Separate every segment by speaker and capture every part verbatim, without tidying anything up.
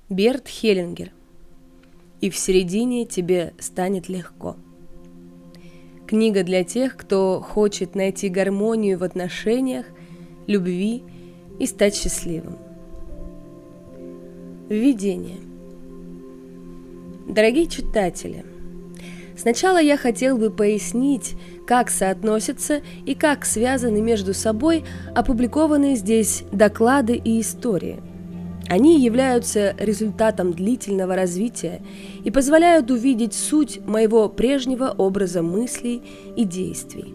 Speaker 1: Берт Хеллингер. И в середине тебе станет легко. Книга для тех, кто хочет найти гармонию в отношениях, любви и стать счастливым. Введение. Дорогие читатели, сначала я хотел бы пояснить, как соотносятся и как связаны между собой опубликованные здесь доклады и истории. Они являются результатом длительного развития и позволяют увидеть суть моего прежнего образа мыслей и действий.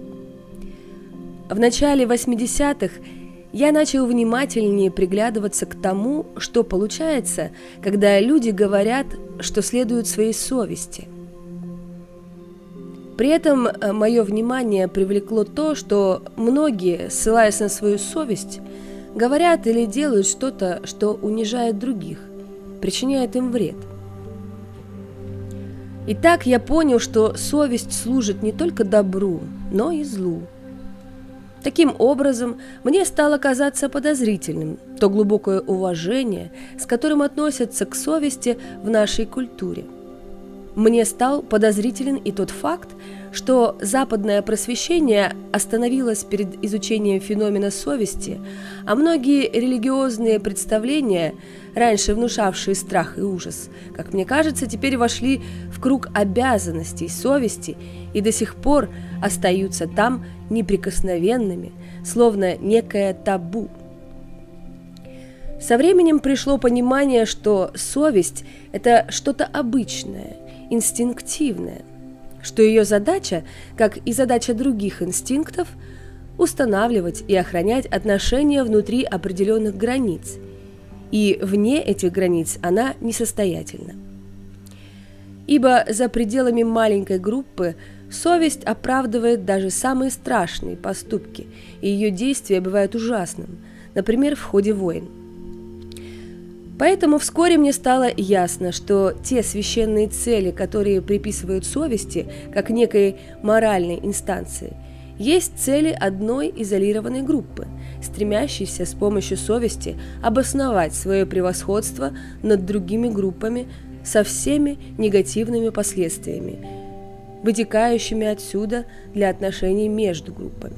Speaker 1: В начале восьмидесятых я начал внимательнее приглядываться к тому, что получается, когда люди говорят, что следуют своей совести. При этом мое внимание привлекло то, что многие, ссылаясь на свою совесть, говорят или делают что-то, что унижает других, причиняет им вред. Итак, я понял, что совесть служит не только добру, но и злу. Таким образом, мне стало казаться подозрительным то глубокое уважение, с которым относятся к совести в нашей культуре. Мне стал подозрителен и тот факт, что западное просвещение остановилось перед изучением феномена совести, а многие религиозные представления, раньше внушавшие страх и ужас, как мне кажется, теперь вошли в круг обязанностей совести и до сих пор остаются там неприкосновенными, словно некое табу. Со временем пришло понимание, что совесть – это что-то обычное, инстинктивное, что ее задача, как и задача других инстинктов, устанавливать и охранять отношения внутри определенных границ, и вне этих границ она несостоятельна. Ибо за пределами маленькой группы совесть оправдывает даже самые страшные поступки, и ее действия бывают ужасным, например, в ходе войн. Поэтому вскоре мне стало ясно, что те священные цели, которые приписывают совести, как некой моральной инстанции, есть цели одной изолированной группы, стремящейся с помощью совести обосновать свое превосходство над другими группами со всеми негативными последствиями, вытекающими отсюда для отношений между группами.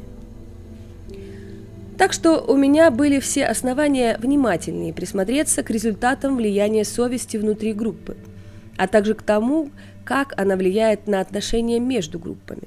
Speaker 1: Так что у меня были все основания внимательнее присмотреться к результатам влияния совести внутри группы, а также к тому, как она влияет на отношения между группами.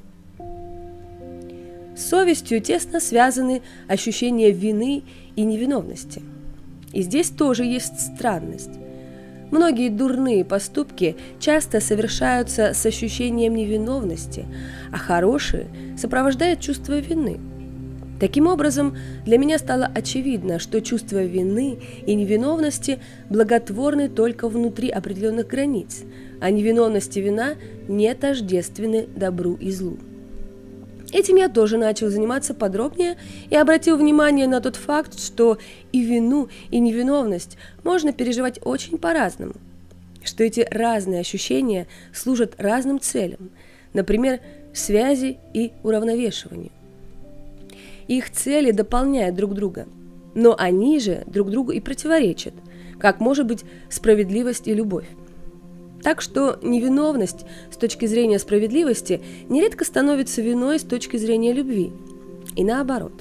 Speaker 1: С совестью тесно связаны ощущения вины и невиновности. И здесь тоже есть странность. Многие дурные поступки часто совершаются с ощущением невиновности, а хорошие сопровождают чувство вины. Таким образом, для меня стало очевидно, что чувство вины и невиновности благотворны только внутри определенных границ, а невиновность и вина не тождественны добру и злу. Этим я тоже начал заниматься подробнее и обратил внимание на тот факт, что и вину, и невиновность можно переживать очень по-разному, что эти разные ощущения служат разным целям, например, связи и уравновешиванию. Их цели дополняют друг друга, но они же друг другу и противоречат, как может быть справедливость и любовь. Так что невиновность с точки зрения справедливости нередко становится виной с точки зрения любви, и наоборот.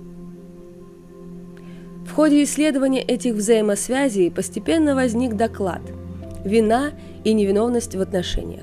Speaker 1: В ходе исследования этих взаимосвязей постепенно возник доклад «Вина и невиновность в отношениях».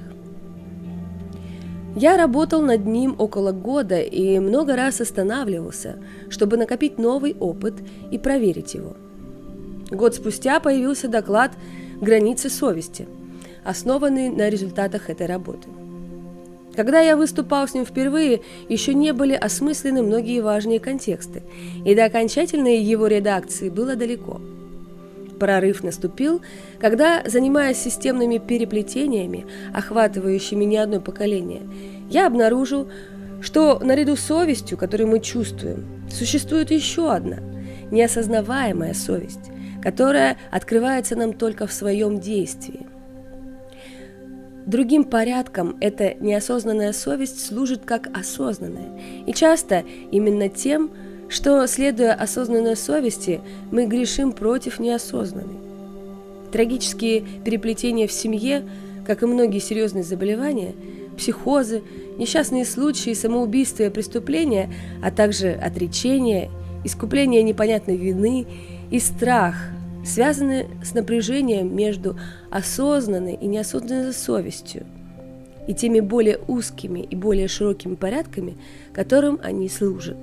Speaker 1: Я работал над ним около года и много раз останавливался, чтобы накопить новый опыт и проверить его. Год спустя появился доклад «Границы совести», основанный на результатах этой работы. Когда я выступал с ним впервые, еще не были осмыслены многие важные контексты, и до окончательной его редакции было далеко. Прорыв наступил, когда, занимаясь системными переплетениями, охватывающими не одно поколение, я обнаружил, что наряду с совестью, которую мы чувствуем, существует еще одна, неосознаваемая совесть, которая открывается нам только в своем действии. Другим порядком эта неосознанная совесть служит как осознанная, и часто именно тем, что, следуя осознанной совести, мы грешим против неосознанной. Трагические переплетения в семье, как и многие серьезные заболевания, психозы, несчастные случаи, самоубийства и преступления, а также отречение, искупление непонятной вины и страх, связаны с напряжением между осознанной и неосознанной совестью и теми более узкими и более широкими порядками, которым они служат.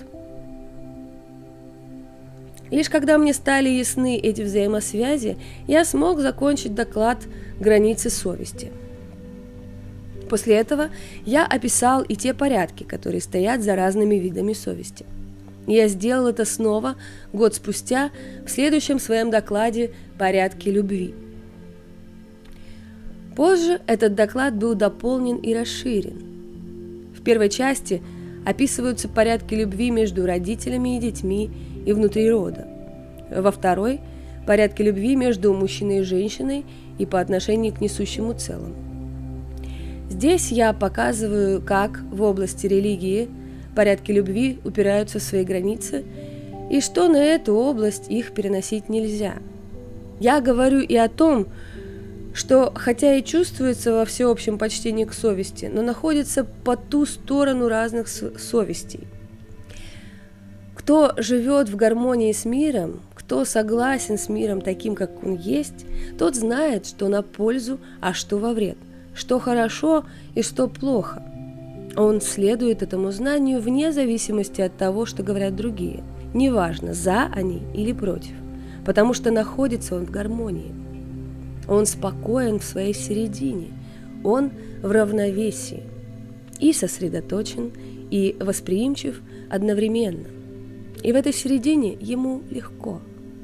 Speaker 1: Лишь когда мне стали ясны эти взаимосвязи, я смог закончить доклад «Границы совести». После этого я описал и те порядки, которые стоят за разными видами совести. Я сделал это снова год спустя в следующем своем докладе «Порядки любви». Позже этот доклад был дополнен и расширен. В первой части описываются порядки любви между родителями и детьми и внутри рода. Во второй – порядки любви между мужчиной и женщиной и по отношению к несущему целому. Здесь я показываю, как в области религии порядки любви упираются в свои границы и что на эту область их переносить нельзя. Я говорю и о том, что хотя и чувствуется во всеобщем почтении к совести, но находится по ту сторону разных совестей. Кто живет в гармонии с миром, кто согласен с миром таким, как он есть, тот знает, что на пользу, а что во вред, что хорошо и что плохо. Он следует этому знанию вне зависимости от того, что говорят другие, неважно, за они или против, потому что находится он в гармонии. Он спокоен в своей середине, он в равновесии и сосредоточен, и восприимчив одновременно. И в этой середине ему легко.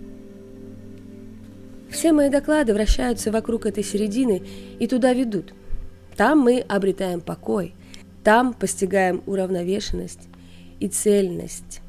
Speaker 1: Все мои доклады вращаются вокруг этой середины и туда ведут. Там мы обретаем покой, там постигаем уравновешенность и цельность.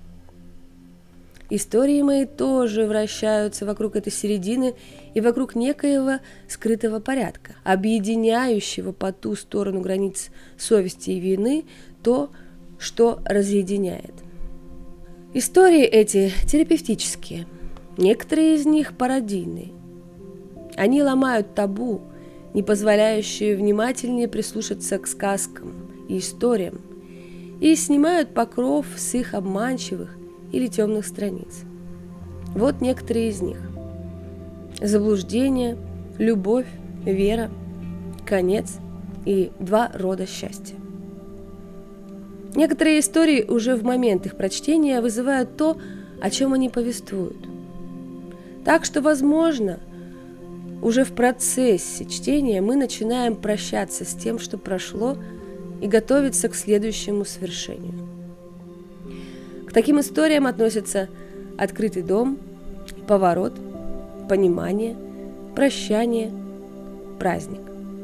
Speaker 1: Истории мои тоже вращаются вокруг этой середины и вокруг некоего скрытого порядка, объединяющего по ту сторону границ совести и вины то, что разъединяет. Истории эти терапевтические, некоторые из них пародийные. Они ломают табу, не позволяющие внимательнее прислушаться к сказкам и историям, и снимают покров с их обманчивых или темных страниц. Вот некоторые из них. Заблуждение, любовь, вера, конец и два рода счастья. Некоторые истории уже в момент их прочтения вызывают то, о чем они повествуют. Так что, возможно, уже в процессе чтения мы начинаем прощаться с тем, что прошло, и готовиться к следующему свершению. К таким историям относятся «Открытый дом», «Поворот», «Понимание», «Прощание», «Праздник».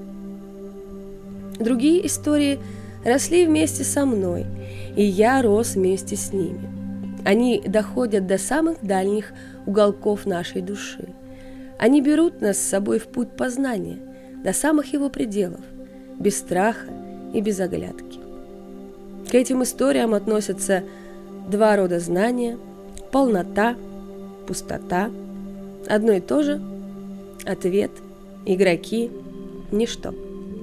Speaker 1: Другие истории росли вместе со мной, и я рос вместе с ними. Они доходят до самых дальних уголков нашей души. Они берут нас с собой в путь познания, до самых его пределов, без страха и без оглядки. К этим историям относятся два рода знания, полнота, пустота, одно и то же, ответ, игроки, ничто.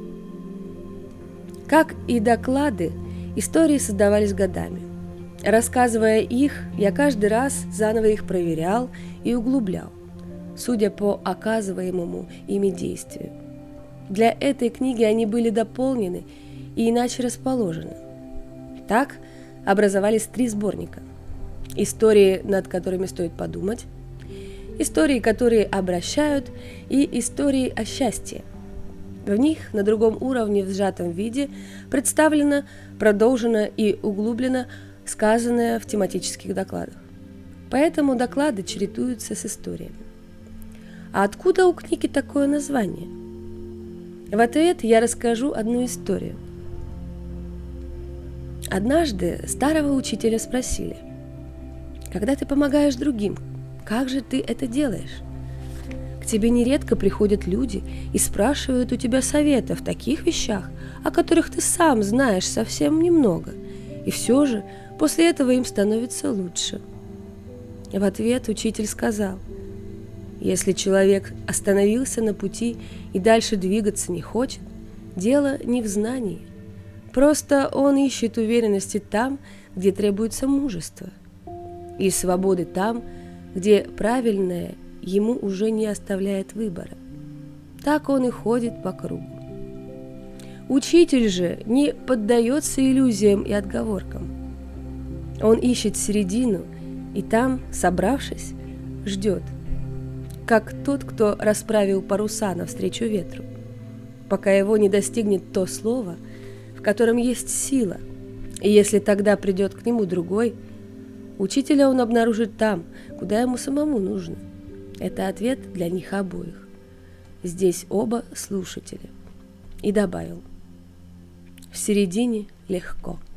Speaker 1: Как и доклады, истории создавались годами. Рассказывая их, я каждый раз заново их проверял и углублял, судя по оказываемому ими действию. Для этой книги они были дополнены и иначе расположены. Так образовались три сборника. Истории, над которыми стоит подумать, истории, которые обращают, и истории о счастье. В них на другом уровне в сжатом виде представлено, продолжено и углублено сказанное в тематических докладах. Поэтому доклады чередуются с историями. А откуда у книги такое название? В ответ я расскажу одну историю. Однажды старого учителя спросили: «Когда ты помогаешь другим, как же ты это делаешь? К тебе нередко приходят люди и спрашивают у тебя совета в таких вещах, о которых ты сам знаешь совсем немного, и все же после этого им становится лучше». В ответ учитель сказал: Если человек остановился на пути и дальше двигаться не хочет, дело не в знании. Просто он ищет уверенности там, где требуется мужество, и свободы там, где правильное ему уже не оставляет выбора. Так он и ходит по кругу. Учитель же не поддается иллюзиям и отговоркам. Он ищет середину и там, собравшись, ждет, как тот, кто расправил паруса навстречу ветру, пока его не достигнет то слово, в котором есть сила, и если тогда придет к нему другой, учителя он обнаружит там, куда ему самому нужно. Это ответ для них обоих. Здесь оба слушатели. И добавил: в середине легко.